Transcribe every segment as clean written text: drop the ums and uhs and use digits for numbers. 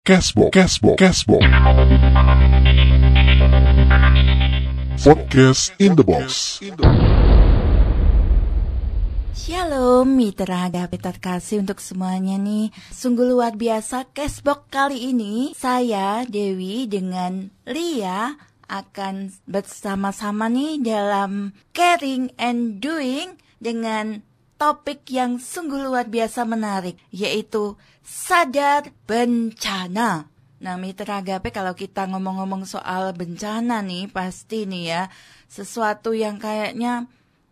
Cashbox. Podcast in the Box. Shalom mitra agape terkasih untuk semuanya nih. Sungguh luar biasa Cashbox kali ini. Saya Dewi dengan Lia akan bersama-sama nih dalam Caring and Doing dengan topik yang sungguh luar biasa menarik, yaitu sadar bencana. Nah mitra agape, kalau kita ngomong-ngomong soal bencana nih, pasti nih ya sesuatu yang kayaknya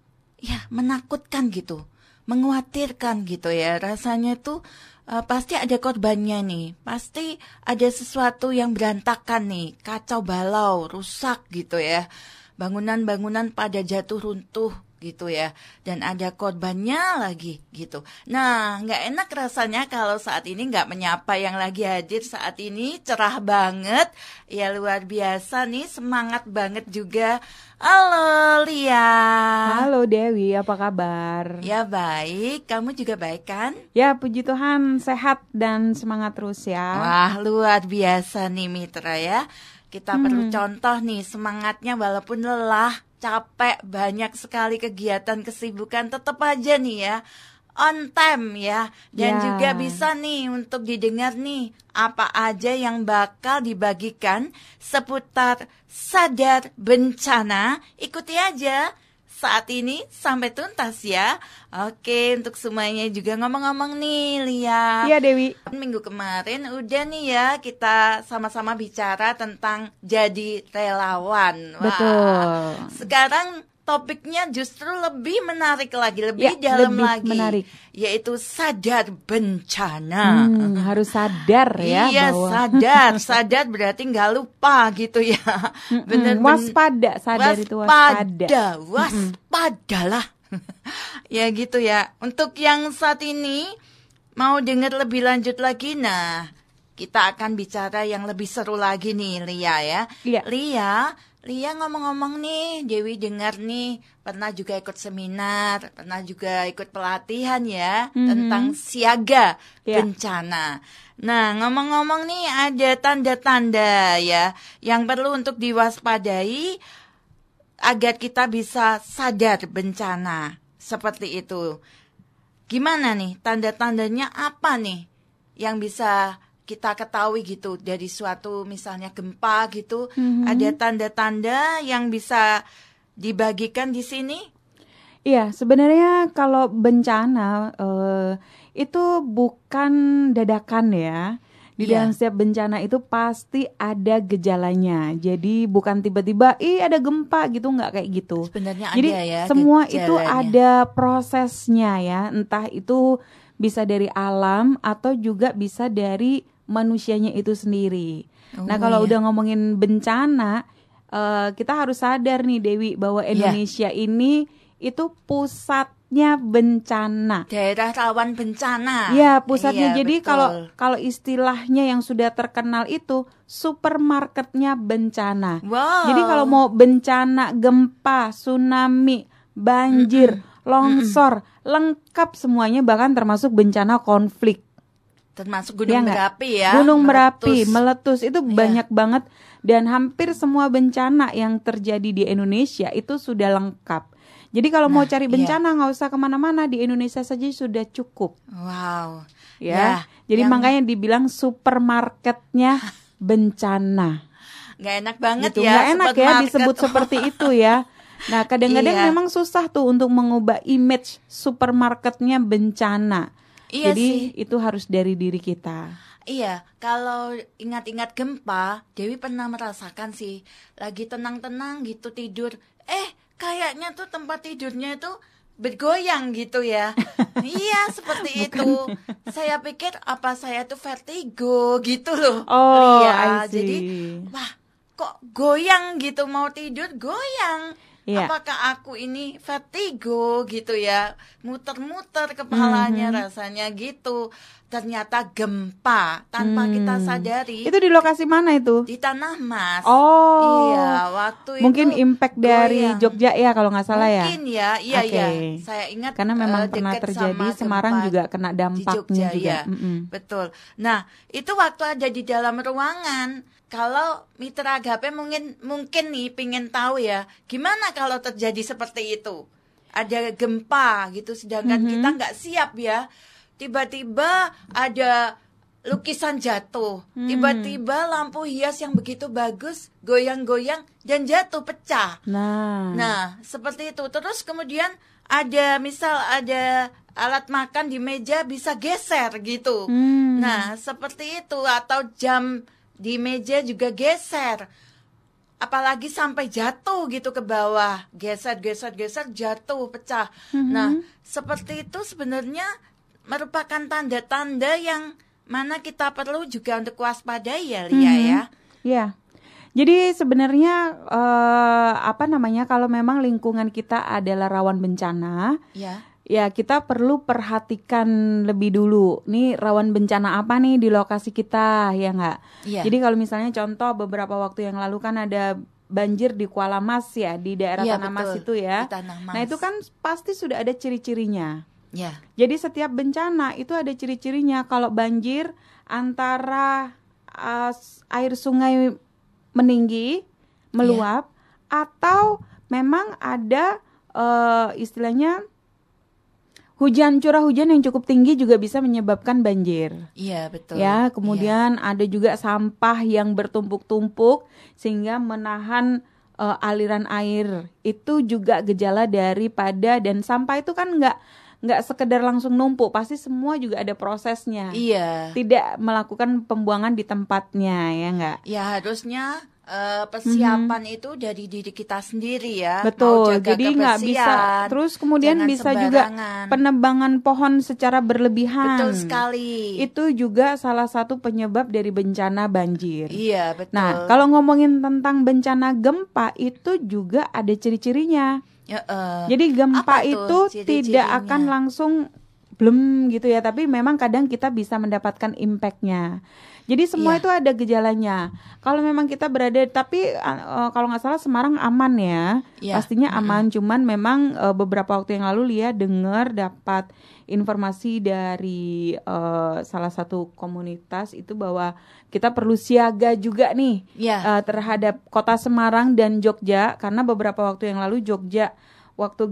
ya menakutkan gitu, mengkhawatirkan gitu ya. Rasanya tuh pasti ada korbannya nih, pasti ada sesuatu yang berantakan nih, kacau balau, rusak gitu ya. Bangunan-bangunan pada jatuh runtuh gitu ya, dan ada korbannya lagi gitu. Nah, nggak enak rasanya kalau saat ini nggak menyapa yang lagi hadir saat ini. Cerah banget, ya luar biasa nih, semangat banget juga. Halo Lia. Halo Dewi, apa kabar? Ya baik, kamu juga baik kan? Ya puji Tuhan, sehat dan semangat terus ya. Wah luar biasa nih mitra ya. Kita perlu contoh nih, semangatnya walaupun lelah, capek, banyak sekali kegiatan, kesibukan, tetap aja nih ya on time ya. Dan juga bisa nih untuk didengar nih apa aja yang bakal dibagikan seputar sadar bencana. Ikuti aja saat ini sampai tuntas ya. Oke, untuk semuanya juga ngomong-ngomong nih Lia. Iya Dewi. Minggu kemarin udah nih ya kita sama-sama bicara tentang jadi relawan. Wah, betul. Sekarang topiknya justru lebih menarik lagi, lebih dalam lebih lagi. Menarik. Yaitu sadar bencana. Harus sadar ya. Iya, bahwa... sadar berarti nggak lupa gitu ya. Bener-bener waspada, sadar itu waspada. Waspadalah. Ya gitu ya. Untuk yang saat ini mau dengar lebih lanjut lagi, nah kita akan bicara yang lebih seru lagi nih Lia ya. Iya. Lia ngomong-ngomong nih, Dewi dengar nih, pernah juga ikut seminar, pernah juga ikut pelatihan ya, tentang siaga bencana. Nah, ngomong-ngomong nih ada tanda-tanda ya, yang perlu untuk diwaspadai agar kita bisa sadar bencana, seperti itu. Gimana nih, tanda-tandanya apa nih yang bisa kita ketahui gitu dari suatu misalnya gempa gitu, ada tanda-tanda yang bisa dibagikan di sini? Iya, sebenarnya kalau bencana itu bukan dadakan ya. Di dalam setiap bencana itu pasti ada gejalanya. Jadi bukan tiba-tiba ada gempa gitu, nggak kayak gitu. Sebenarnya jadi ada ya semua gejalanya. itu ada prosesnya ya. Entah itu bisa dari alam atau juga bisa dari manusianya itu sendiri. Nah kalau udah ngomongin bencana, kita harus sadar nih Dewi bahwa Indonesia ini itu pusatnya bencana. Daerah rawan bencana. Ya pusatnya. Iya, jadi betul. kalau istilahnya yang sudah terkenal itu supermarketnya bencana. Wow. Jadi kalau mau bencana gempa, tsunami, banjir, longsor, lengkap semuanya, bahkan termasuk bencana konflik. Termasuk gunung berapi ya. Gunung berapi, meletus itu banyak banget, dan hampir semua bencana yang terjadi di Indonesia itu sudah lengkap. Jadi kalau mau cari bencana nggak usah kemana-mana, di Indonesia saja sudah cukup. Wow. Ya. Jadi makanya dibilang supermarketnya bencana. Nggak enak banget gitu. ya. Nggak enak ya disebut seperti itu ya. Nah kadang-kadang memang susah tuh untuk mengubah image supermarketnya bencana. Iya jadi sih. itu harus dari diri kita. Iya, kalau ingat-ingat gempa, Dewi pernah merasakan sih, lagi tenang-tenang gitu tidur, kayaknya tuh tempat tidurnya itu bergoyang gitu ya. Iya, seperti itu. Saya pikir apa saya tuh vertigo gitu loh. Oh, iya, jadi wah, kok goyang gitu, mau tidur goyang. Apakah aku ini vertigo gitu ya, muter-muter kepalanya rasanya gitu. ternyata gempa tanpa kita sadari. Itu di lokasi mana itu? Di Tanah Mas. Oh. Iya, waktu mungkin itu impact dari Jogja ya kalau nggak salah ya. Mungkin ya, iya iya. Saya ingat karena memang pernah terjadi Semarang juga kena dampaknya di Jogja, juga. Ya. Betul. Nah, itu waktu ada di dalam ruangan. Kalau mitra agape mungkin nih pingin tahu ya, gimana kalau terjadi seperti itu? Ada gempa gitu, sedangkan kita nggak siap ya. Tiba-tiba ada lukisan jatuh, tiba-tiba lampu hias yang begitu bagus goyang-goyang dan jatuh pecah. Nah, seperti itu. Terus kemudian ada alat makan di meja bisa geser gitu. Nah, seperti itu, atau jam di meja juga geser. Apalagi sampai jatuh gitu ke bawah, geser jatuh pecah. Nah, seperti itu sebenarnya merupakan tanda-tanda yang mana kita perlu juga untuk waspadai ya, Lia ya. Iya. Jadi sebenarnya kalau memang lingkungan kita adalah rawan bencana, ya kita perlu perhatikan lebih dulu. Nih rawan bencana apa nih di lokasi kita, ya nggak? Jadi kalau misalnya contoh beberapa waktu yang lalu kan ada banjir di Kuala Mas ya, di daerah Tanah Mas itu ya. Nah itu kan pasti sudah ada ciri-cirinya. Jadi setiap bencana itu ada ciri-cirinya. Kalau banjir antara air sungai meninggi, meluap, atau memang ada istilahnya curah hujan yang cukup tinggi juga bisa menyebabkan banjir. Iya, betul. Ya, kemudian ada juga sampah yang bertumpuk-tumpuk sehingga menahan aliran air. Itu juga gejala daripada, dan sampah itu kan nggak sekedar langsung numpuk, pasti semua juga ada prosesnya. Iya. Tidak melakukan pembuangan di tempatnya, ya nggak? Ya harusnya persiapan itu dari diri kita sendiri ya. Betul. Jadi nggak bisa. Terus kemudian bisa juga penebangan pohon secara berlebihan. Betul sekali. Itu juga salah satu penyebab dari bencana banjir. Iya, betul. Nah, kalau ngomongin tentang bencana gempa itu juga ada ciri-cirinya. Jadi gempa itu tidak akan langsung blem gitu ya, tapi memang kadang kita bisa mendapatkan impact-nya. Jadi semua itu ada gejalanya. Kalau memang kita berada, tapi kalau nggak salah Semarang aman ya, pastinya aman. Cuman memang beberapa waktu yang lalu Lia dapat informasi dari salah satu komunitas itu bahwa kita perlu siaga juga nih terhadap kota Semarang dan Jogja, karena beberapa waktu yang lalu Jogja waktu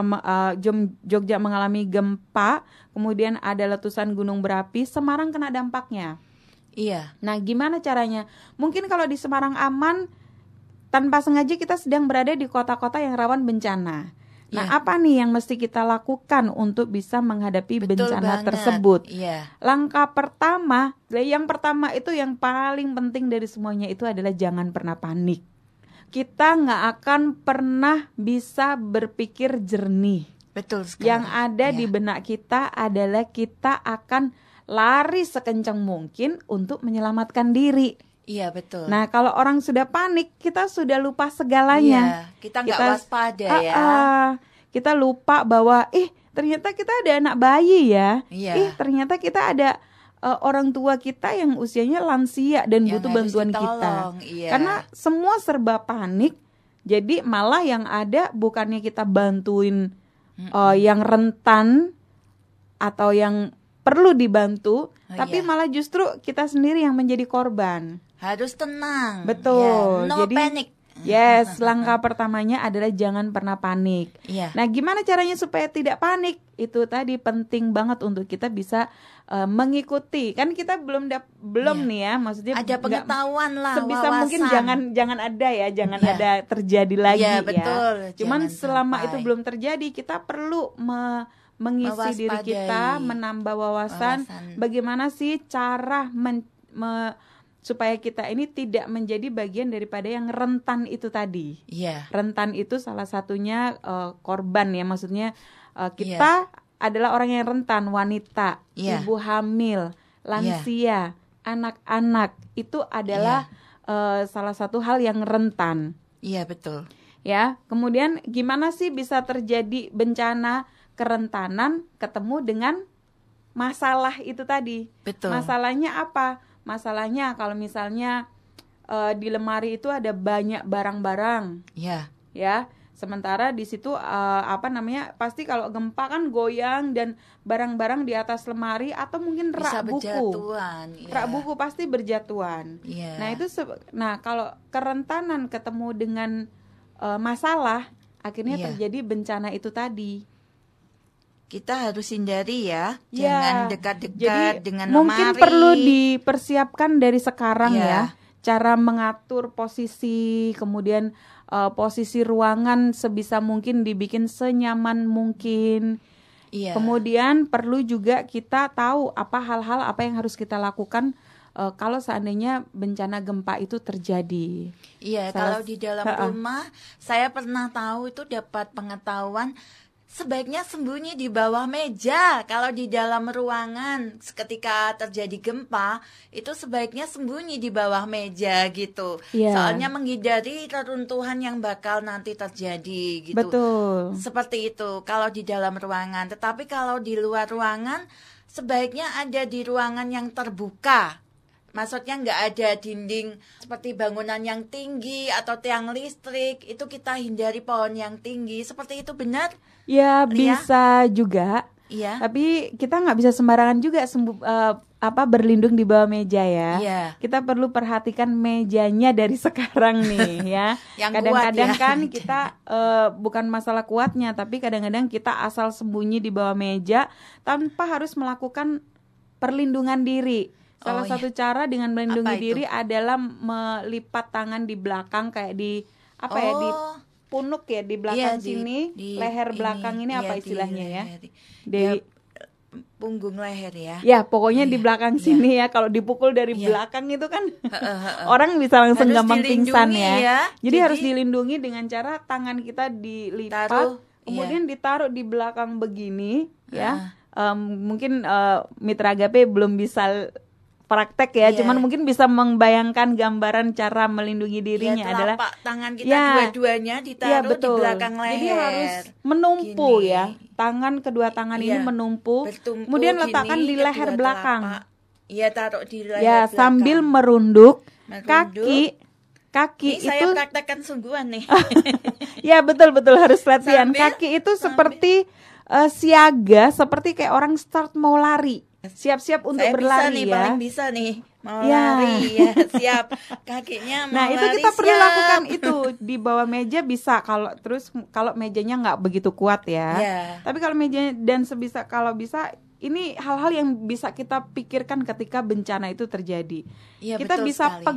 Jogja mengalami gempa, kemudian ada letusan gunung berapi, Semarang kena dampaknya. Iya. Nah, gimana caranya? Mungkin kalau di Semarang aman, tanpa sengaja kita sedang berada di kota-kota yang rawan bencana. Nah, apa nih yang mesti kita lakukan untuk bisa menghadapi bencana tersebut? Langkah pertama, yang pertama itu yang paling penting dari semuanya itu adalah jangan pernah panik. Kita nggak akan pernah bisa berpikir jernih. Betul sekali. Yang ada di benak kita adalah kita akan lari sekencang mungkin untuk menyelamatkan diri. Iya, betul. Nah, kalau orang sudah panik, kita sudah lupa segalanya. Kita nggak waspada ya. Kita lupa bahwa ternyata kita ada anak bayi ya. Ternyata kita ada orang tua kita yang usianya lansia dan butuh bantuan kita. Karena semua serba panik, jadi malah yang ada bukannya kita bantuin yang rentan atau yang perlu dibantu, tapi malah justru kita sendiri yang menjadi korban. Harus tenang. Betul. No jadi panic. Yes, langkah pertamanya adalah jangan pernah panik. Nah, gimana caranya supaya tidak panik? Itu tadi penting banget untuk kita bisa mengikuti. Kan kita belum nih ya, maksudnya ada pengetahuan lah, sebisa wawasan. mungkin jangan ada ya, jangan ada terjadi lagi ya. Betul. Cuman selama itu belum terjadi, kita perlu mengisi diri kita, menambah wawasan. Bagaimana sih cara supaya kita ini tidak menjadi bagian daripada yang rentan itu tadi. Rentan itu salah satunya korban ya, maksudnya kita adalah orang yang rentan, wanita, ibu hamil, lansia, anak-anak, itu adalah salah satu hal yang rentan. Iya, betul. Ya, kemudian gimana sih bisa terjadi bencana? Kerentanan ketemu dengan masalah itu tadi. Betul. Masalahnya apa? Masalahnya kalau misalnya di lemari itu ada banyak barang-barang. Ya. Ya. Sementara di situ pasti kalau gempa kan goyang dan barang-barang di atas lemari atau mungkin rak buku. Rak buku pasti berjatuhan. Yeah. Nah, kalau kerentanan ketemu dengan masalah, akhirnya terjadi bencana itu tadi. Kita harus hindari ya, jangan dekat-dekat dengan lemari. Mungkin perlu dipersiapkan dari sekarang ya, cara mengatur posisi, kemudian posisi ruangan sebisa mungkin dibikin senyaman mungkin. Kemudian perlu juga kita tahu hal-hal apa yang harus kita lakukan kalau seandainya bencana gempa itu terjadi. Kalau di dalam rumah saya pernah tahu itu dapat pengetahuan sebaiknya sembunyi di bawah meja. Kalau di dalam ruangan ketika terjadi gempa, itu sebaiknya sembunyi di bawah meja gitu. Soalnya menghindari reruntuhan yang bakal nanti terjadi gitu. Betul. Seperti itu kalau di dalam ruangan. Tetapi kalau di luar ruangan, sebaiknya ada di ruangan yang terbuka. Maksudnya nggak ada dinding seperti bangunan yang tinggi atau tiang listrik. Itu kita hindari pohon yang tinggi. Seperti itu benar? Ya, bisa juga. Iya. Tapi kita nggak bisa sembarangan juga berlindung di bawah meja ya. Iya. Kita perlu perhatikan mejanya dari sekarang nih ya. Kadang-kadang kan kita bukan masalah kuatnya, tapi kadang-kadang kita asal sembunyi di bawah meja tanpa harus melakukan perlindungan diri. Salah satu cara dengan melindungi diri adalah melipat tangan di belakang kayak di di punuk ya, di belakang sini, di leher belakang ini apa istilahnya ya? Di punggung leher ya. Ya, pokoknya di belakang sini ya. Kalau dipukul dari belakang itu kan orang bisa langsung gampang pingsan ya. Jadi harus dilindungi dengan cara tangan kita dilipat, kemudian ditaruh di belakang begini ya. Mungkin Mitra Agape belum bisa praktek ya, cuman mungkin bisa membayangkan gambaran cara melindungi dirinya adalah tangan kita dua-duanya ditaruh di belakang leher. Jadi harus menumpu tangan kedua tangan ini menumpu, kemudian letakkan di leher belakang. Taruh di leher belakang. Sambil merunduk. Kaki ini itu saya praktekkan sungguhan nih. Ya betul harus latihan. Kaki itu seperti siaga, seperti kayak orang start mau lari. Siap-siap untuk berlari paling bisa nih mau lari ya, siap kakinya mau lari. Itu kita perlu lakukan itu di bawah meja bisa, kalau mejanya nggak begitu kuat ya. Tapi kalau mejanya kalau bisa ini hal-hal yang bisa kita pikirkan ketika bencana itu terjadi. Kita bisa sekali.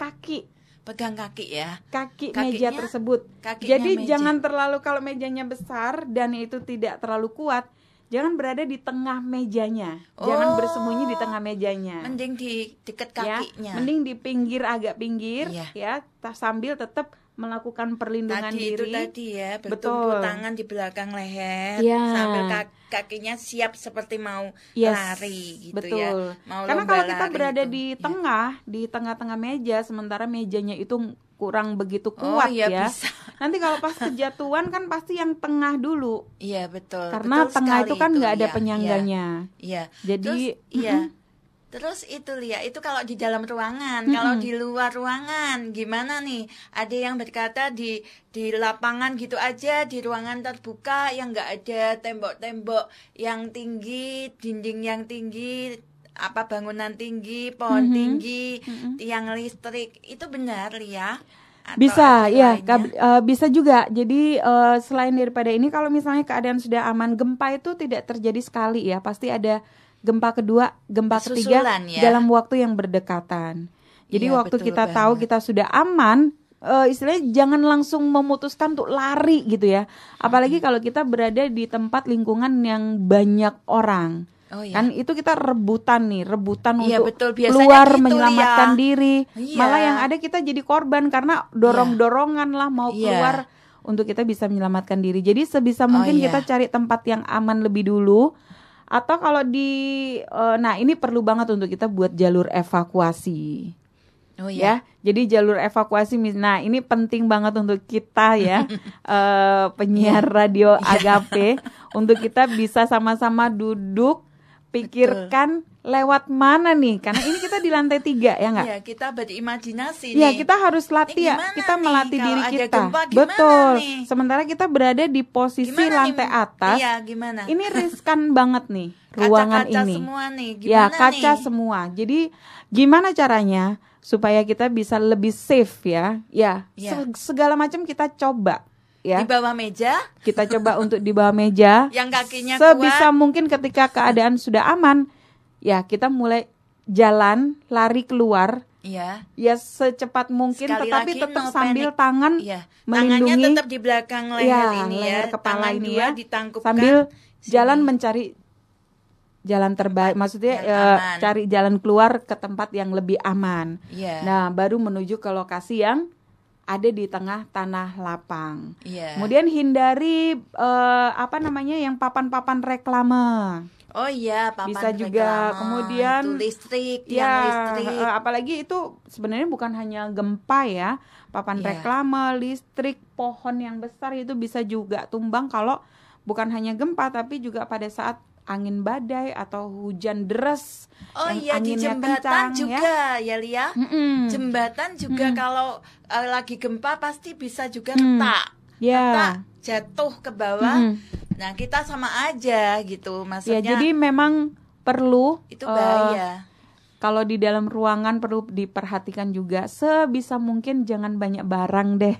Pegang kaki ya. Kakinya, meja tersebut. Jadi meja. Jangan terlalu, kalau mejanya besar dan itu tidak terlalu kuat, jangan berada di tengah mejanya. Jangan bersembunyi di tengah mejanya. Mending di dekat kakinya. Mending di pinggir, agak pinggir ya, sambil tetap melakukan perlindungan diri. Itu tadi ya, bertumpu tangan di belakang leher sambil kakinya siap seperti mau lari gitu ya. Karena kalau kita berada di tengah-tengah meja, sementara mejanya itu kurang begitu kuat bisa. Nanti kalau pas kejatuhan kan pasti yang tengah dulu. Iya betul. Karena betul tengah itu kan nggak ada penyangganya. Iya. Jadi Terus itu Lia, itu kalau di dalam ruangan. Kalau di luar ruangan gimana nih? Ada yang berkata di lapangan gitu aja, di ruangan terbuka yang nggak ada tembok-tembok yang tinggi, dinding yang tinggi, bangunan tinggi, pohon tinggi, tiang listrik. Itu benar Lia? Bisa ya, bisa juga. Jadi selain daripada ini, kalau misalnya keadaan sudah aman, gempa itu tidak terjadi sekali ya, pasti ada gempa kedua, gempa ketiga dalam waktu yang berdekatan. Jadi waktu kita tahu kita sudah aman, istilahnya jangan langsung memutuskan untuk lari gitu ya. Apalagi kalau kita berada di tempat lingkungan yang banyak orang. Kan itu kita rebutan untuk keluar menyelamatkan diri. Malah yang ada kita jadi korban karena dorong-dorongan lah mau keluar untuk kita bisa menyelamatkan diri. Jadi sebisa mungkin kita cari tempat yang aman lebih dulu. Atau kalau ini perlu banget untuk kita buat jalur evakuasi. Ya, jadi jalur evakuasi. Nah, ini penting banget untuk kita ya, penyiar radio Agape, untuk kita bisa sama-sama duduk pikirkan lewat mana nih, karena ini kita di lantai 3 ya nggak? Iya, kita berimajinasi Iya, nih. kita harus latih ya, kita melatih diri kita. Betul. Nih? Sementara kita berada di posisi lantai atas. Iya, gimana? Ini riskan banget nih ruangan kaca ini. Semua nih. Ya, kaca semua. Jadi gimana caranya supaya kita bisa lebih safe ya? Ya, segala macam kita coba. Ya. Di bawah meja. Kita coba untuk di bawah meja. Yang kakinya sebisa kuat. Mungkin ketika keadaan sudah aman, ya kita mulai jalan, lari keluar. Iya. Ya secepat mungkin, sekali tetapi lagi, tetap sambil tangan melindungi. Tangannya tetap di belakang leher ini leher kepala tangan ini dua ditangkupkan. Sambil jalan mencari jalan terbaik, maksudnya cari jalan keluar ke tempat yang lebih aman. Nah, baru menuju ke lokasi yang ada di tengah tanah lapang. Kemudian hindari yang papan-papan reklame. Oh iya, papan bisa juga reklame. Kemudian itu listrik, listrik. Apalagi itu sebenarnya bukan hanya gempa ya, papan reklame, listrik, pohon yang besar itu bisa juga tumbang kalau bukan hanya gempa tapi juga pada saat angin badai atau hujan deras. Oh iya, di jembatan kencang, juga ya Lia. Jembatan juga kalau lagi gempa pasti bisa juga retak. Retak, jatuh ke bawah. Nah, kita sama aja gitu maksudnya. Ya, jadi memang perlu itu bahaya. Kalau di dalam ruangan perlu diperhatikan juga sebisa mungkin jangan banyak barang deh.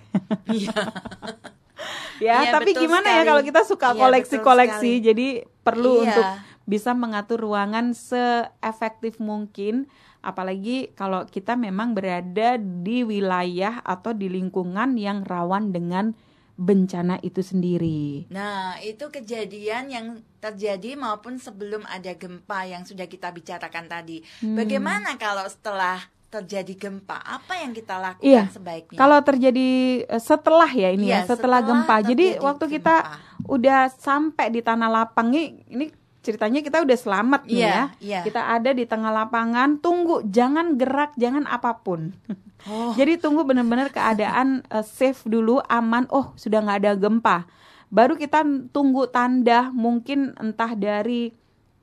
Ya, tapi gimana sekali. Ya kalau kita suka koleksi-koleksi, jadi perlu untuk bisa mengatur ruangan seefektif mungkin, apalagi kalau kita memang berada di wilayah atau di lingkungan yang rawan dengan bencana itu sendiri. Nah, itu kejadian yang terjadi maupun sebelum ada gempa yang sudah kita bicarakan tadi. Bagaimana kalau setelah terjadi gempa, apa yang kita lakukan sebaiknya? Kalau terjadi setelah setelah gempa. Jadi waktu gempa. Kita udah sampai di tanah lapang ini ceritanya kita udah selamat nih ya. Kita ada di tengah lapangan, tunggu, jangan gerak, jangan apapun. Jadi tunggu benar-benar keadaan safe dulu, aman. Oh, sudah nggak ada gempa. Baru kita tunggu tanda, mungkin entah dari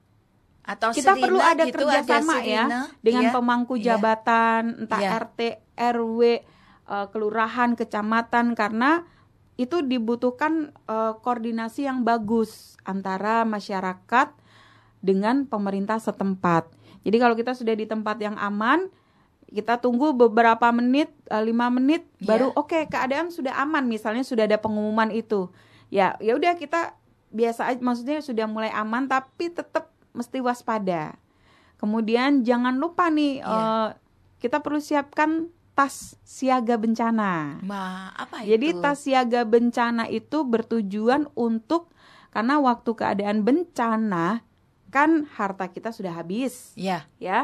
atau kita sirine, perlu ada gitu, kerjasama ada dengan pemangku jabatan, entah RT, RW, kelurahan, kecamatan, karena itu dibutuhkan koordinasi yang bagus antara masyarakat dengan pemerintah setempat. Jadi kalau kita sudah di tempat yang aman, kita tunggu beberapa menit, 5 menit, baru keadaan sudah aman, misalnya sudah ada pengumuman itu. Ya udah kita biasa aja, maksudnya sudah mulai aman, tapi tetap mesti waspada. Kemudian jangan lupa nih kita perlu siapkan tas siaga bencana. Apa itu? Jadi tas siaga bencana itu bertujuan untuk, karena waktu keadaan bencana kan harta kita sudah habis. Ya.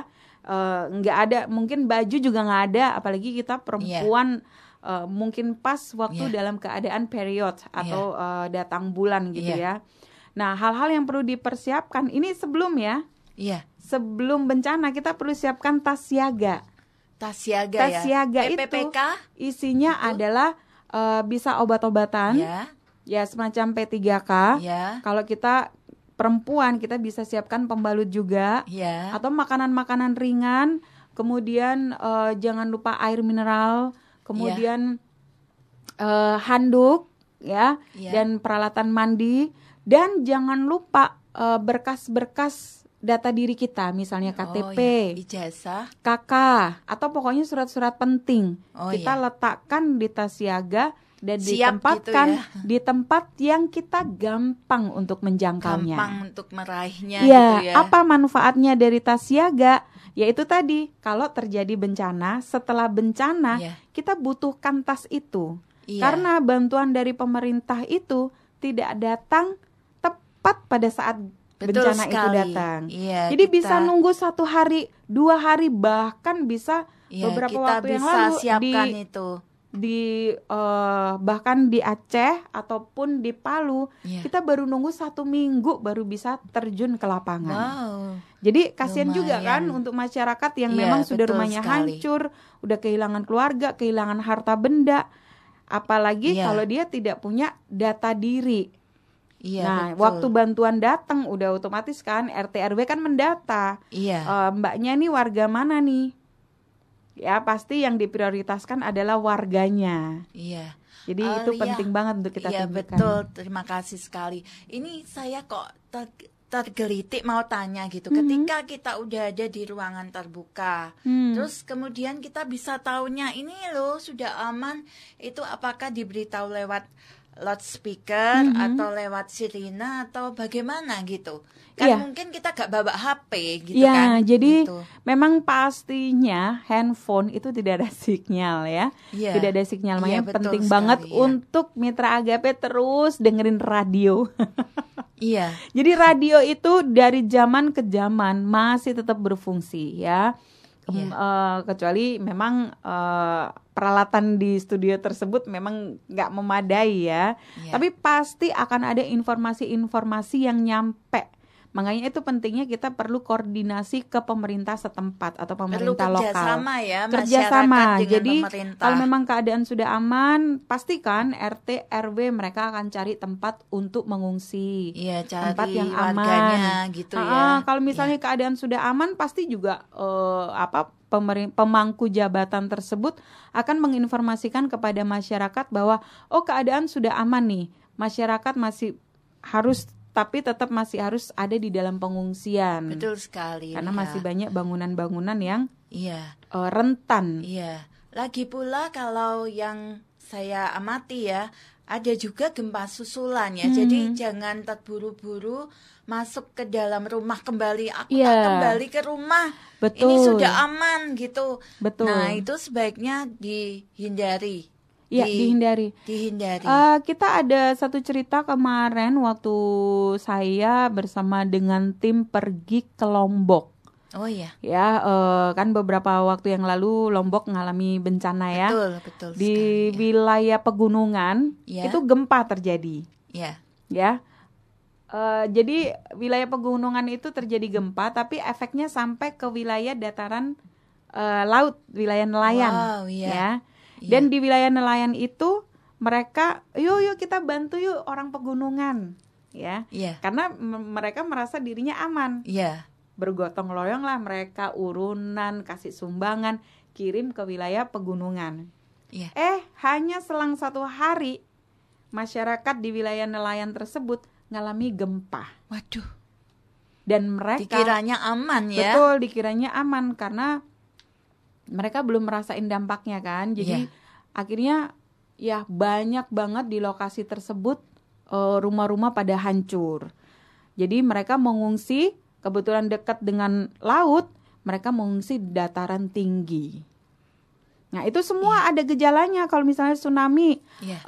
Nggak ada, mungkin baju juga nggak ada, apalagi kita perempuan. Mungkin pas waktu dalam keadaan period atau datang bulan gitu ya. Nah, hal-hal yang perlu dipersiapkan ini sebelum sebelum bencana kita perlu siapkan tas siaga. Tas siaga itu PPK? Isinya adalah bisa obat-obatan, ya semacam P3K. Kalau kita perempuan kita bisa siapkan pembalut juga, atau makanan-makanan ringan. Kemudian jangan lupa air mineral, kemudian handuk, dan peralatan mandi. Dan jangan lupa berkas-berkas data diri kita, misalnya KTP, ijazah, KK, atau pokoknya surat-surat penting. Kita letakkan di tas siaga dan ditempatkan di tempat yang kita gampang untuk menjangkaunya. Gampang untuk meraihnya gitu ya. Apa manfaatnya dari tas siaga? Yaitu tadi, kalau terjadi bencana, setelah bencana kita butuhkan tas itu. Karena bantuan dari pemerintah itu tidak datang pada saat bencana itu datang. Jadi bisa nunggu 1 hari, 2 hari, bahkan bisa beberapa waktu yang lalu siapkan itu. Bahkan di Aceh ataupun di Palu, kita baru nunggu 1 minggu baru bisa terjun ke lapangan. Jadi kasihan juga kan untuk masyarakat yang memang sudah rumahnya hancur, udah kehilangan keluarga, kehilangan harta benda, apalagi kalau dia tidak punya data diri. Iya, Nah, betul. waktu bantuan datang udah otomatis kan RT RW kan mendata. Iya. Mbaknya nih warga mana nih? Ya, pasti yang diprioritaskan adalah warganya. Iya. Jadi itu Lia, penting banget untuk kita iya tunjukkan. betul, terima kasih sekali. Ini saya kok tergelitik mau tanya gitu. Ketika kita udah ada di ruangan terbuka, terus kemudian kita bisa taunya ini loh sudah aman, itu apakah diberitahu lewat loudspeaker atau lewat sirine atau bagaimana gitu? Kan Iya. mungkin kita gak bawa HP gitu Ya, kan? jadi Gitu. memang pastinya handphone itu tidak ada sinyal ya. Iya. Tidak ada sinyal, Iya, makanya betul penting sekali, banget ya. untuk Mitra Agape terus dengerin radio. Iya. Jadi radio itu dari zaman ke zaman masih tetap berfungsi ya. Kecuali memang peralatan di studio tersebut memang nggak memadai ya. Iya. Tapi pasti akan ada informasi-informasi yang nyampe. Makanya itu pentingnya kita perlu koordinasi ke pemerintah setempat atau pemerintah Perlu lokal. kerjasama ya, Kerjasama. masyarakat dengan Jadi pemerintah. kalau memang keadaan sudah aman, pastikan RT RW mereka akan cari tempat untuk mengungsi. Iya, cari Tempat yang warganya aman. gitu ya. Kalau misalnya keadaan sudah aman, pasti juga pemangku jabatan tersebut akan menginformasikan kepada masyarakat bahwa keadaan sudah aman nih. Masyarakat masih harus tapi tetap masih harus ada di dalam pengungsian. Betul sekali. Karena Lia. masih banyak bangunan-bangunan yang Iya. rentan. Iya. Lagi pula kalau yang saya amati ya, ada juga gempa susulan ya. Jadi jangan terburu-buru masuk ke dalam rumah kembali. Aku tak kembali ke rumah. Betul. Ini sudah aman gitu. Betul. Nah, itu sebaiknya dihindari. Iya, dihindari. Dihindari. Kita ada satu cerita kemarin waktu saya bersama dengan tim pergi ke Lombok. Oh iya. Ya, kan beberapa waktu yang lalu Lombok mengalami bencana ya. Betul Di sekali, ya. wilayah pegunungan Ya. itu gempa terjadi. Iya. Ya. Jadi wilayah pegunungan itu terjadi gempa, tapi efeknya sampai ke wilayah dataran laut, wilayah nelayan. Wow, iya. Ya. Dan di wilayah nelayan itu mereka, yuk kita bantu yuk orang pegunungan, ya. Iya. Karena mereka merasa dirinya aman. Iya. Bergotong royong lah mereka, urunan, kasih sumbangan, kirim ke wilayah pegunungan. Iya. Hanya selang 1 hari masyarakat di wilayah nelayan tersebut ngalami gempa. Waduh. Dan mereka Dikiranya aman ya. betul dikiranya aman karena mereka belum merasain dampaknya kan. Jadi akhirnya ya banyak banget di lokasi tersebut rumah-rumah pada hancur. Jadi mereka mengungsi, kebetulan dekat dengan laut, mereka mengungsi di dataran tinggi. Nah itu semua ada gejalanya. Kalau misalnya tsunami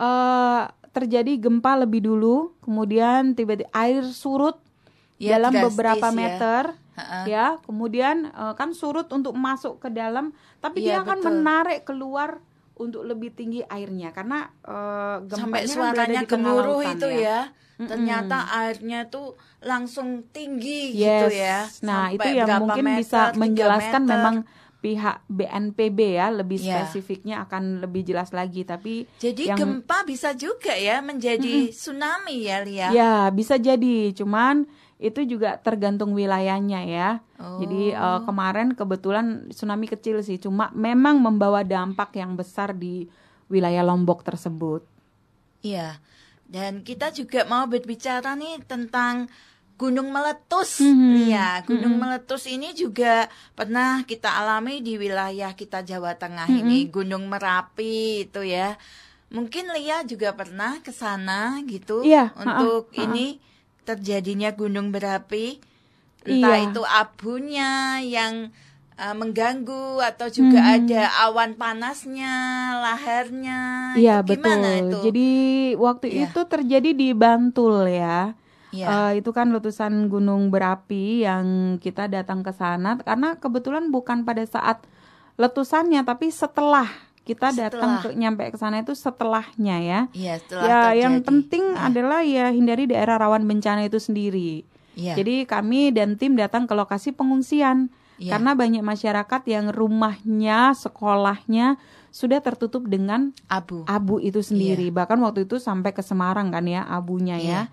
terjadi gempa lebih dulu, kemudian tiba-tiba air surut dalam drastis, beberapa ya. meter. Ya, kemudian kan surut untuk masuk ke dalam, tapi dia akan betul. menarik keluar untuk lebih tinggi airnya karena Sampai gempanya kan berada suaranya di tengah gemuruh lautan itu ya. Ternyata airnya tuh langsung tinggi gitu ya. Nah, Sampai itu yang berapa mungkin meter, bisa 3 menjelaskan meter. memang pihak BNPB ya, lebih Iya. spesifiknya akan lebih jelas lagi. Tapi Jadi gempa bisa juga ya menjadi tsunami ya, Lia. ya bisa jadi, cuman itu juga tergantung wilayahnya ya. Jadi kemarin kebetulan tsunami kecil sih, cuma memang membawa dampak yang besar di wilayah Lombok tersebut. Iya. Dan kita juga mau berbicara nih tentang gunung meletus. Iya, gunung meletus ini juga pernah kita alami di wilayah kita Jawa Tengah ini, Gunung Merapi itu ya. Mungkin Lia juga pernah ke sana gitu untuk ini terjadinya gunung berapi. Entah itu abunya yang mengganggu atau juga ada awan panasnya, laharnya. Iya itu gimana betul. itu? Jadi waktu itu terjadi di Bantul ya. Itu kan letusan gunung berapi yang kita datang ke sana karena kebetulan bukan pada saat letusannya, tapi setelah kita datang nyampe ke sana itu setelahnya ya. Iya, setelah terjadi. Yang penting adalah ya hindari daerah rawan bencana itu sendiri. Jadi kami dan tim datang ke lokasi pengungsian. Karena banyak masyarakat yang rumahnya, sekolahnya sudah tertutup dengan abu itu sendiri. Bahkan waktu itu sampai ke Semarang kan ya abunya ya.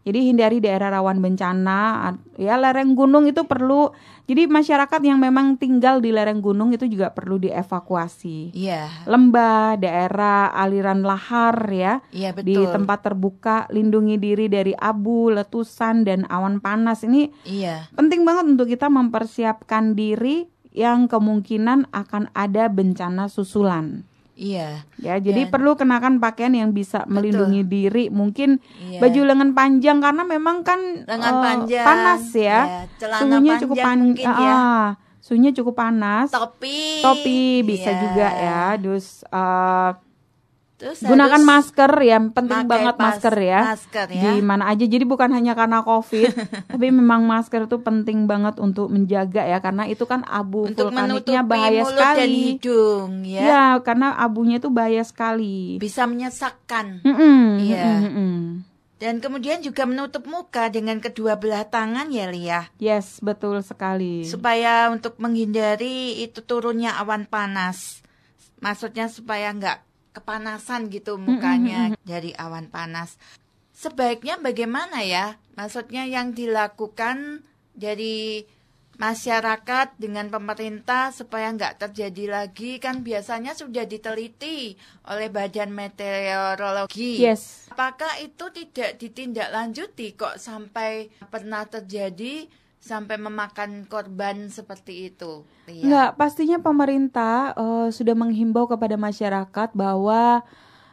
Jadi hindari daerah rawan bencana, ya lereng gunung itu perlu. Jadi masyarakat yang memang tinggal di lereng gunung itu juga perlu dievakuasi. Iya. Lembah, daerah aliran lahar ya. Iya, betul. Di tempat terbuka, lindungi diri dari abu, letusan dan awan panas. Ini penting banget untuk kita mempersiapkan diri yang kemungkinan akan ada bencana susulan. Iya. Ya, jadi perlu kenakan pakaian yang bisa melindungi diri. Mungkin baju lengan panjang karena memang kan lengan panjang, panas ya. Suhunya cukup suhunya cukup panas. Topi bisa juga ya. Terus gunakan masker ya, penting banget masker ya. Di mana aja. Jadi bukan hanya karena COVID, tapi memang masker itu penting banget untuk menjaga ya, karena itu kan abu untuk vulkaniknya bahaya mulut sekali. Dan hidung ya. Ya, karena abunya itu bahaya sekali. Bisa menyesakkan. Dan kemudian juga menutup muka dengan kedua belah tangan ya, Lia. Yes, betul sekali. Supaya untuk menghindari itu turunnya awan panas. Maksudnya supaya enggak kepanasan gitu mukanya dari awan panas. Sebaiknya bagaimana ya? Maksudnya yang dilakukan dari masyarakat dengan pemerintah supaya nggak terjadi lagi, kan biasanya sudah diteliti oleh Badan Meteorologi. Yes. Apakah itu tidak ditindaklanjuti kok sampai pernah terjadi sampai memakan korban seperti itu? Enggak, pastinya pemerintah sudah menghimbau kepada masyarakat bahwa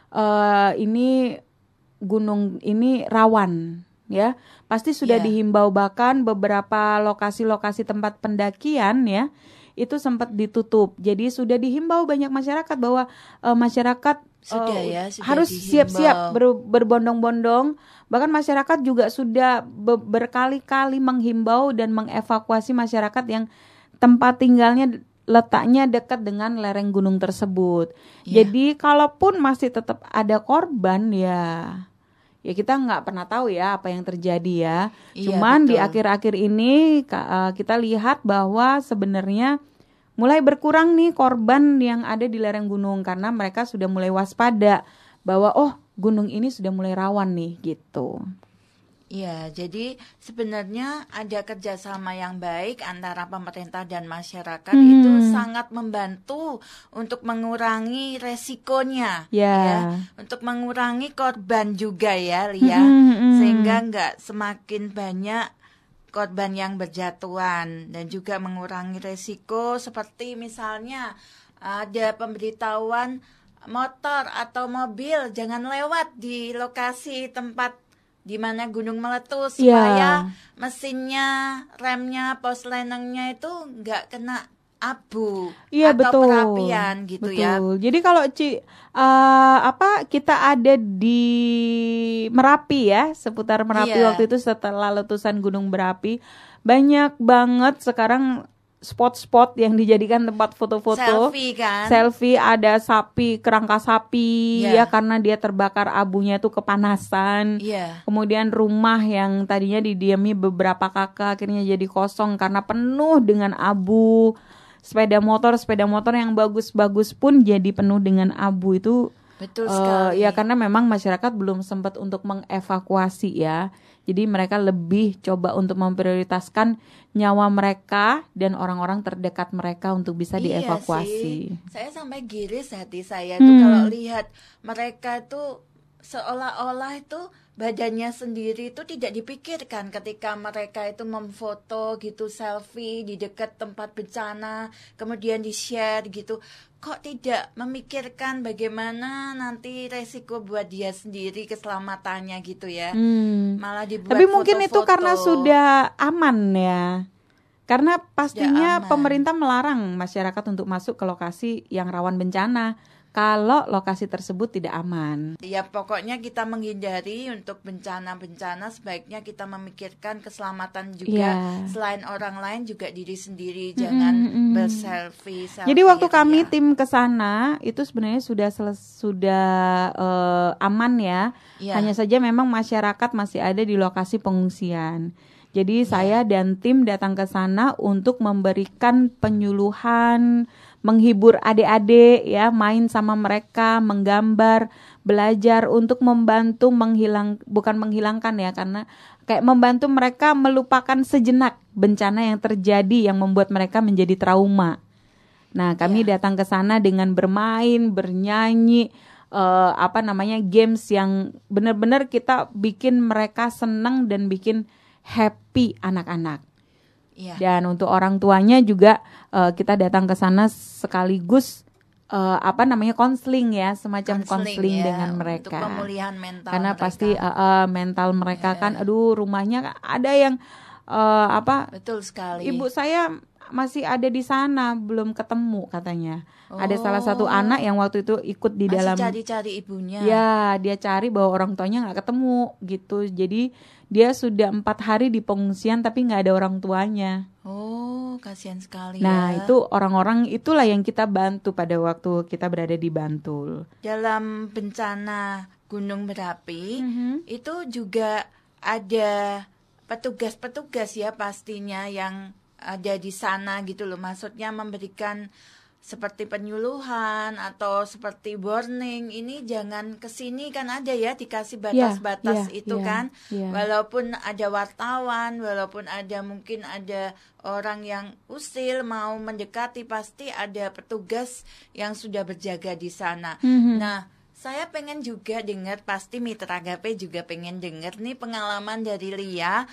ini gunung ini rawan ya. Pasti sudah dihimbau, bahkan beberapa lokasi-lokasi tempat pendakian ya itu sempat ditutup. Jadi sudah dihimbau banyak masyarakat bahwa masyarakat sudah harus siap-siap berbondong-bondong. Bahkan masyarakat juga sudah berkali-kali menghimbau dan mengevakuasi masyarakat yang tempat tinggalnya letaknya dekat dengan lereng gunung tersebut. Jadi kalaupun masih tetap ada korban ya kita nggak pernah tahu ya apa yang terjadi ya. Cuman di akhir-akhir ini kita lihat bahwa sebenarnya mulai berkurang nih korban yang ada di lereng gunung karena mereka sudah mulai waspada bahwa gunung ini sudah mulai rawan nih gitu. Iya, jadi sebenarnya ada kerjasama yang baik antara pemerintah dan masyarakat itu sangat membantu untuk mengurangi resikonya, ya, untuk mengurangi korban juga ya, Lia, sehingga nggak semakin banyak korban yang berjatuhan dan juga mengurangi resiko seperti misalnya ada pemberitahuan motor atau mobil jangan lewat di lokasi tempat di mana gunung meletus supaya mesinnya, remnya, pos lenengnya itu nggak kena abu atau perapian gitu ya. Jadi kalau kita ada di Merapi ya, seputar Merapi waktu itu setelah letusan gunung berapi, banyak banget sekarang spot-spot yang dijadikan tempat foto-foto. Selfie ada sapi, kerangka sapi ya karena dia terbakar abunya itu kepanasan. Kemudian rumah yang tadinya didiami beberapa kakak akhirnya jadi kosong karena penuh dengan abu. Sepeda motor yang bagus-bagus pun jadi penuh dengan abu itu. Betul sekali. Ya karena memang masyarakat belum sempat untuk mengevakuasi ya. Jadi mereka lebih coba untuk memprioritaskan nyawa mereka dan orang-orang terdekat mereka untuk bisa dievakuasi. Saya sampai giris hati saya tuh kalau lihat mereka tuh seolah-olah itu badannya sendiri itu tidak dipikirkan ketika mereka itu memfoto gitu, selfie di dekat tempat bencana, kemudian di-share gitu. Kok tidak memikirkan bagaimana nanti resiko buat dia sendiri, keselamatannya gitu ya. Malah dibuat tapi mungkin foto-foto. Itu karena sudah aman ya. Karena pastinya pemerintah melarang masyarakat untuk masuk ke lokasi yang rawan bencana kalau lokasi tersebut tidak aman. Ya pokoknya kita menghindari untuk bencana-bencana, sebaiknya kita memikirkan keselamatan juga. Selain orang lain juga diri sendiri, jangan berselfie. Jadi waktu kami tim ke sana itu sebenarnya sudah aman ya. Hanya saja memang masyarakat masih ada di lokasi pengungsian. Jadi saya dan tim datang ke sana untuk memberikan penyuluhan, menghibur adik-adik ya, main sama mereka, menggambar, belajar untuk membantu bukan menghilangkan ya, karena kayak membantu mereka melupakan sejenak bencana yang terjadi yang membuat mereka menjadi trauma. Nah, kami datang ke sana dengan bermain, bernyanyi, games yang benar-benar kita bikin mereka senang dan bikin happy anak-anak. Dan untuk orang tuanya juga kita datang ke sana sekaligus konseling ya, semacam konseling dengan mereka. Untuk pemulihan mental karena mereka. Pasti mental mereka kan rumahnya ada yang betul sekali. Ibu saya masih ada di sana, belum ketemu katanya. Ada salah satu anak yang waktu itu ikut di dalam, cari-cari ibunya. Ya, dia cari bahwa orang tuanya nggak ketemu gitu. Jadi dia sudah 4 hari di pengungsian tapi nggak ada orang tuanya. Oh, kasihan sekali. Nah, itu orang-orang itulah yang kita bantu pada waktu kita berada di Bantul. Dalam bencana gunung berapi, itu juga ada petugas-petugas ya pastinya yang ada di sana gitu loh. Maksudnya memberikan seperti penyuluhan atau seperti warning, ini jangan kesini kan, ada ya dikasih batas-batas kan. Walaupun ada wartawan, walaupun ada mungkin ada orang yang usil mau mendekati, pasti ada petugas yang sudah berjaga di sana. Nah, saya pengen juga dengar, pasti Mitra Agape juga pengen dengar nih pengalaman dari Lia.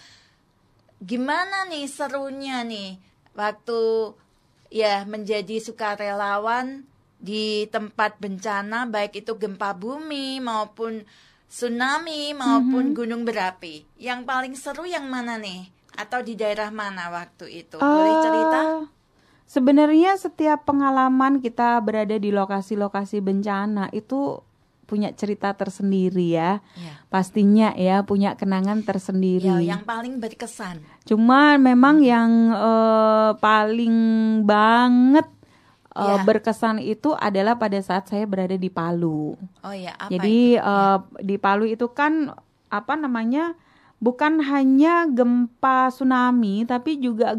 Gimana nih serunya nih waktu menjadi sukarelawan di tempat bencana, baik itu gempa bumi maupun tsunami maupun gunung berapi. Yang paling seru yang mana nih? Atau di daerah mana waktu itu? Boleh cerita? Sebenarnya setiap pengalaman kita berada di lokasi-lokasi bencana itu punya cerita tersendiri ya. Pastinya ya, punya kenangan tersendiri. Yang paling berkesan. Cuma memang yang paling banget berkesan itu adalah pada saat saya berada di Palu. Apa Jadi itu? Di Palu itu kan bukan hanya gempa tsunami tapi juga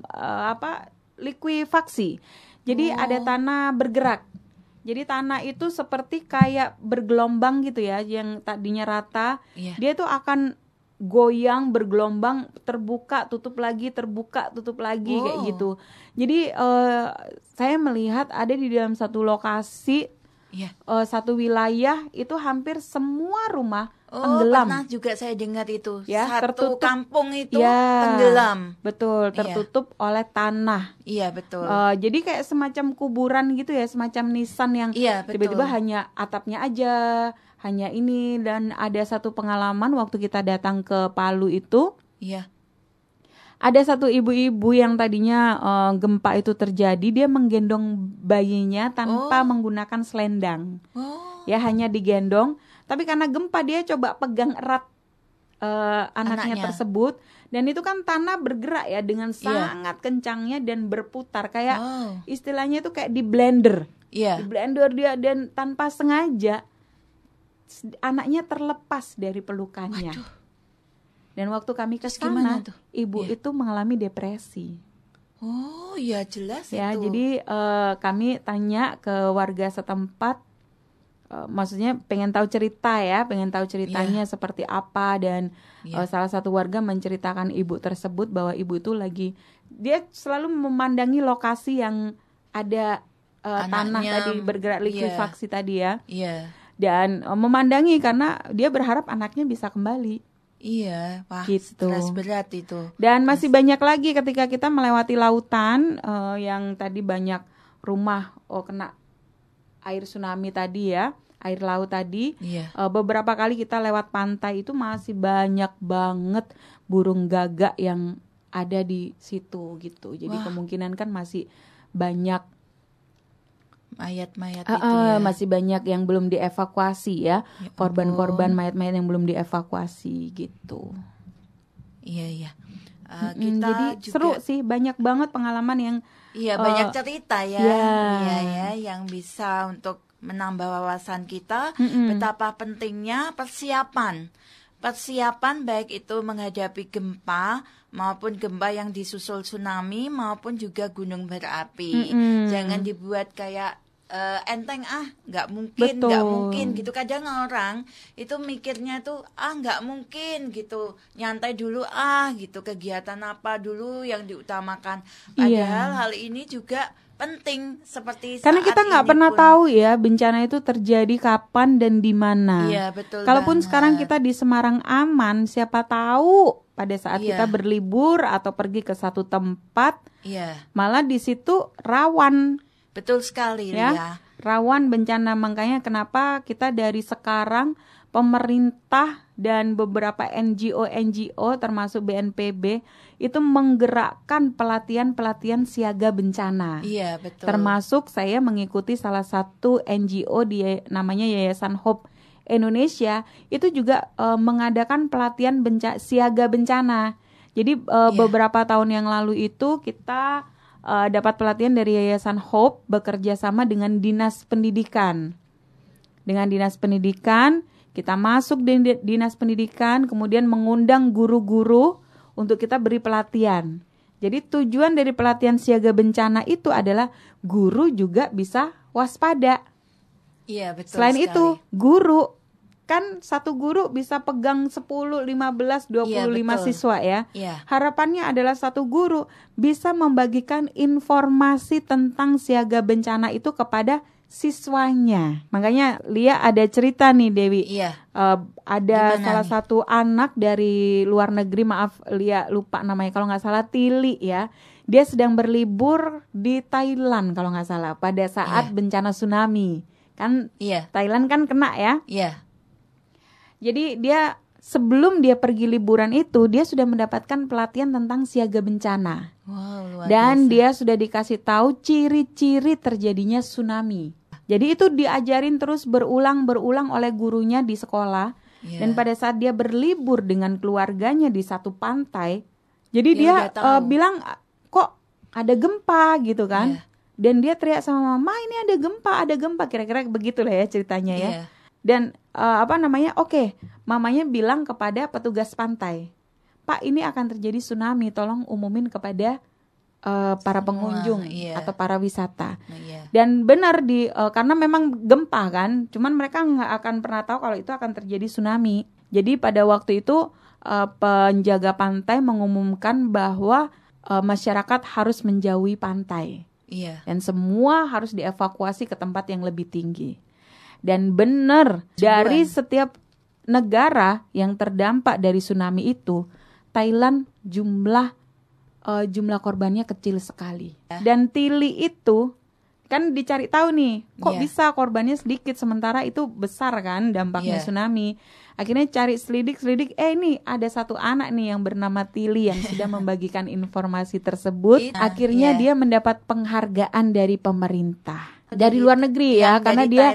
likuifaksi. Jadi ada tanah bergerak. Jadi tanah itu seperti kayak bergelombang gitu ya, yang tadinya rata, dia tuh akan goyang, bergelombang, terbuka, tutup lagi, kayak gitu. Jadi saya melihat ada di dalam satu lokasi, satu wilayah itu hampir semua rumah tenggelam. Pernah juga saya dengar itu. Ya, satu kampung itu tenggelam. Betul, tertutup oleh tanah. Iya, betul. Jadi kayak semacam kuburan gitu ya, semacam nisan yang tiba-tiba hanya atapnya aja, hanya ini. Dan ada satu pengalaman waktu kita datang ke Palu itu. Ada satu ibu-ibu yang tadinya gempa itu terjadi, dia menggendong bayinya tanpa menggunakan selendang. Ya, hanya digendong. Tapi karena gempa dia coba pegang erat anaknya tersebut, dan itu kan tanah bergerak ya dengan sangat kencangnya dan berputar kayak istilahnya itu kayak di blender. Di blender dia, dan tanpa sengaja anaknya terlepas dari pelukannya. Dan waktu kami ke sana, ibu itu mengalami depresi. Jelas ya, itu. Jadi kami tanya ke warga setempat. Maksudnya pengen tahu ceritanya seperti apa, dan salah satu warga menceritakan ibu tersebut bahwa ibu itu dia selalu memandangi lokasi yang ada tanah tadi bergerak likuifaksi tadi ya. Dan memandangi karena dia berharap anaknya bisa kembali. Wah, gitu. Stres berat itu. Dan masih banyak lagi ketika kita melewati lautan yang tadi banyak rumah kena air tsunami tadi ya, air laut tadi. Beberapa kali kita lewat pantai itu masih banyak banget burung gagak yang ada di situ gitu. Jadi kemungkinan kan masih banyak mayat-mayat itu ya. Masih banyak yang belum dievakuasi ya, korban-korban mayat-mayat yang belum dievakuasi gitu. Kita jadi juga seru sih, banyak banget pengalaman yang banyak cerita ya. Yang bisa untuk menambah wawasan kita betapa pentingnya persiapan baik itu menghadapi gempa maupun gempa yang disusul tsunami maupun juga gunung berapi. Jangan dibuat kayak enteng, nggak mungkin gitu. Kadang orang itu mikirnya tuh nggak mungkin gitu, nyantai dulu gitu, kegiatan apa dulu yang diutamakan. Padahal hal ini juga penting seperti karena kita nggak pernah tahu ya bencana itu terjadi kapan dan di mana. Iya, betul. Kalaupun sekarang kita di Semarang aman, siapa tahu pada saat kita berlibur atau pergi ke satu tempat, malah di situ rawan. Betul sekali ya. Rawan bencana. Makanya kenapa kita dari sekarang pemerintah dan beberapa NGO termasuk BNPB itu menggerakkan pelatihan siaga bencana. Iya, betul. Termasuk saya mengikuti salah satu NGO namanya Yayasan Hope Indonesia, itu juga mengadakan pelatihan siaga bencana. Jadi beberapa tahun yang lalu itu kita dapat pelatihan dari Yayasan Hope bekerja sama dengan Dinas Pendidikan. Dengan Dinas Pendidikan, kita masuk di Dinas Pendidikan, kemudian mengundang guru-guru untuk kita beri pelatihan. Jadi tujuan dari pelatihan siaga bencana itu adalah guru juga bisa waspada. Iya, betul. Selain sekali. itu, guru kan satu guru bisa pegang 10, 15, 25 siswa ya. Harapannya adalah satu guru bisa membagikan informasi tentang siaga bencana itu kepada siswanya. Makanya Lia ada cerita nih Dewi. Ada gimana salah nih? Satu anak dari luar negeri, maaf Lia lupa namanya, kalau nggak salah Tili ya. Dia sedang berlibur di Thailand kalau nggak salah pada saat bencana tsunami. Kan Thailand kan kena ya. Jadi dia sebelum dia pergi liburan itu dia sudah mendapatkan pelatihan tentang siaga bencana. Wow, luar dan biasa. Dia sudah dikasih tahu ciri-ciri terjadinya tsunami. Jadi itu diajarin terus berulang oleh gurunya di sekolah. Dan pada saat dia berlibur dengan keluarganya di satu pantai, jadi dia bilang kok ada gempa gitu kan. Dan dia teriak sama mama, ini ada gempa, kira-kira begitulah ya ceritanya ya. Dan oke, mamanya bilang kepada petugas pantai, Pak, ini akan terjadi tsunami, tolong umumin kepada para pengunjung atau para wisata. Dan benar karena memang gempa kan, cuman mereka nggak akan pernah tahu kalau itu akan terjadi tsunami. Jadi pada waktu itu penjaga pantai mengumumkan bahwa masyarakat harus menjauhi pantai. Dan semua harus dievakuasi ke tempat yang lebih tinggi. Dan benar, dari setiap negara yang terdampak dari tsunami itu, Thailand jumlah korbannya kecil sekali. Dan Tili itu kan dicari tahu nih, kok bisa korbannya sedikit sementara itu besar kan dampaknya tsunami. Akhirnya cari selidik, ini ada satu anak nih yang bernama Tili yang sudah membagikan informasi tersebut. Akhirnya dia mendapat penghargaan dari pemerintah. Dari luar negeri ya, karena dia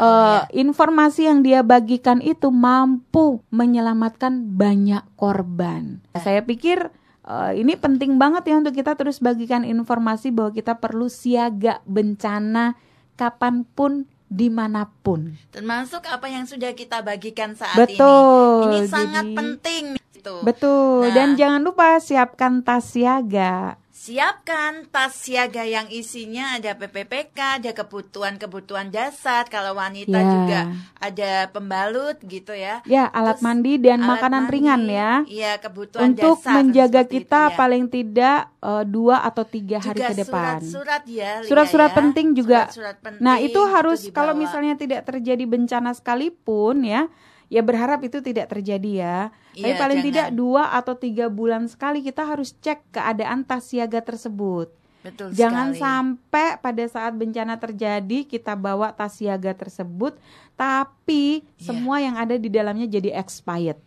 informasi yang dia bagikan itu mampu menyelamatkan banyak korban. Saya pikir ini penting banget ya untuk kita terus bagikan informasi bahwa kita perlu siaga bencana kapanpun, dimanapun. Termasuk apa yang sudah kita bagikan saat ini. Ini sangat penting. Betul. Dan jangan lupa siapkan tas siaga. Siapkan tas siaga yang isinya ada PPPK, ada kebutuhan dasar. Kalau wanita juga ada pembalut gitu ya. Alat mandi dan makanan ringan ya. Iya, kebutuhan untuk dasar. Untuk menjaga kita paling tidak 2 atau 3 hari ke depan. Surat-surat ya. Surat-surat penting juga. Surat penting nah, itu harus dibawa. Kalau misalnya tidak terjadi bencana sekalipun ya berharap itu tidak terjadi ya. Tapi paling tidak 2 atau 3 bulan sekali kita harus cek keadaan tas siaga tersebut. Betul Jangan sekali. sampai pada saat bencana terjadi kita bawa tas siaga tersebut, tapi semua yang ada di dalamnya jadi expired.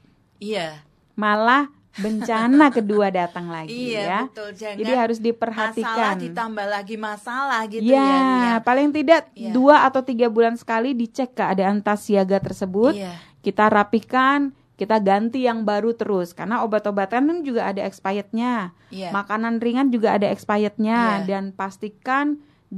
Malah bencana kedua datang lagi ya. Betul. Jangan jadi harus diperhatikan. Masalah ditambah lagi masalah gitu ya. Paling tidak 2 atau 3 bulan sekali dicek keadaan tas siaga tersebut. Kita rapikan, kita ganti yang baru terus. Karena obat-obatan kan juga ada expirednya. Makanan ringan juga ada expirednya. Dan pastikan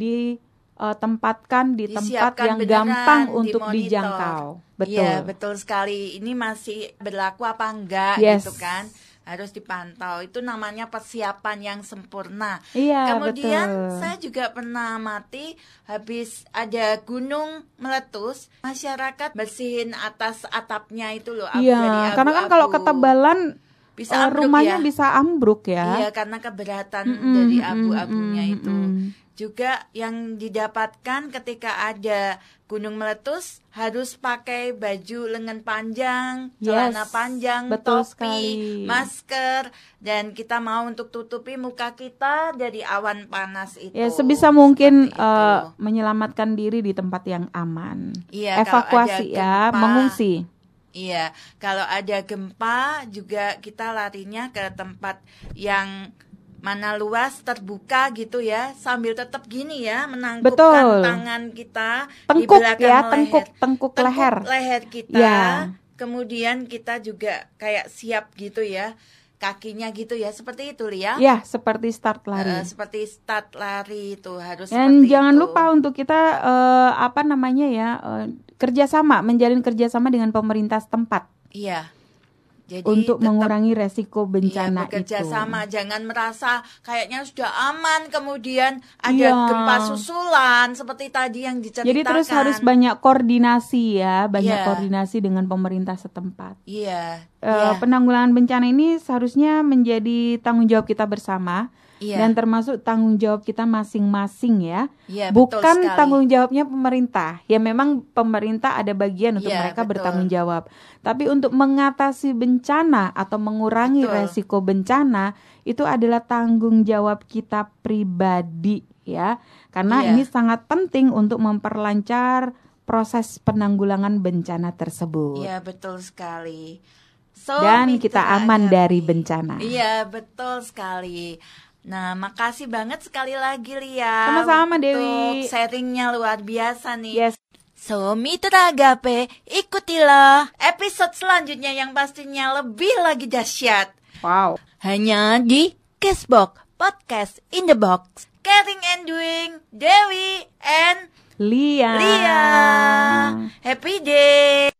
ditempatkan di tempat yang gampang untuk dijangkau. Betul. Betul sekali. Ini masih berlaku apa enggak gitu kan. harus dipantau. Itu namanya persiapan yang sempurna. Iya, Kemudian betul. saya juga pernah amati habis ada gunung meletus, masyarakat bersihin atas atapnya itu loh, dari Iya, karena kan kalau abu-abu. ketebalan Bisa ambruk rumahnya ya. bisa ambruk ya. Iya, karena keberatan dari abu-abunya itu. mm. Juga yang didapatkan ketika ada gunung meletus harus pakai baju lengan panjang, celana Yes, panjang, betul topi, sekali. masker, dan kita mau untuk tutupi muka kita dari awan panas itu. Ya, sebisa mungkin Seperti itu. menyelamatkan diri di tempat yang aman. Iya, Evakuasi kalau ada ya, gempa. mengungsi. Iya, kalau ada gempa juga kita larinya ke tempat yang mana luas, terbuka gitu ya, sambil tetap gini ya, menangkupkan Betul. tangan kita di Tengkuk belakang ya, leher. tengkuk leher. Leher kita. Ya. Kemudian kita juga kayak siap gitu ya, kakinya gitu ya, seperti itu Lia. Ya, seperti start lari. Seperti start lari itu harus Dan seperti jangan itu. lupa untuk kita kerjasama, menjalin kerjasama dengan pemerintah setempat Iya. Jadi untuk tetap mengurangi resiko bencana bekerja itu. sama, jangan merasa kayaknya sudah aman kemudian ada Iya. gempa susulan seperti tadi yang diceritakan. Jadi terus harus banyak koordinasi ya, banyak Iya. koordinasi dengan pemerintah setempat. Iya. Penanggulangan bencana ini seharusnya menjadi tanggung jawab kita bersama. Iya. Dan termasuk tanggung jawab kita masing-masing ya. Iya, betul Bukan sekali. tanggung jawabnya pemerintah. Ya memang pemerintah ada bagian untuk Iya, mereka betul. bertanggung jawab. Tapi untuk mengatasi bencana atau mengurangi Betul. resiko bencana itu adalah tanggung jawab kita pribadi ya. Karena Iya. ini sangat penting untuk memperlancar proses penanggulangan bencana tersebut. Iya, betul sekali. Dan kita Mitra aman Agape. dari bencana. Iya, betul sekali. Nah, makasih banget sekali lagi Lia. Sama-sama, untuk Dewi. sharingnya luar biasa nih. Yes. So, Mitra Agape, ikutilah episode selanjutnya yang pastinya lebih lagi dahsyat. Wow. Hanya di Cashbox Podcast in the Box. Caring and doing, Dewi and Lia. Lia. Happy day.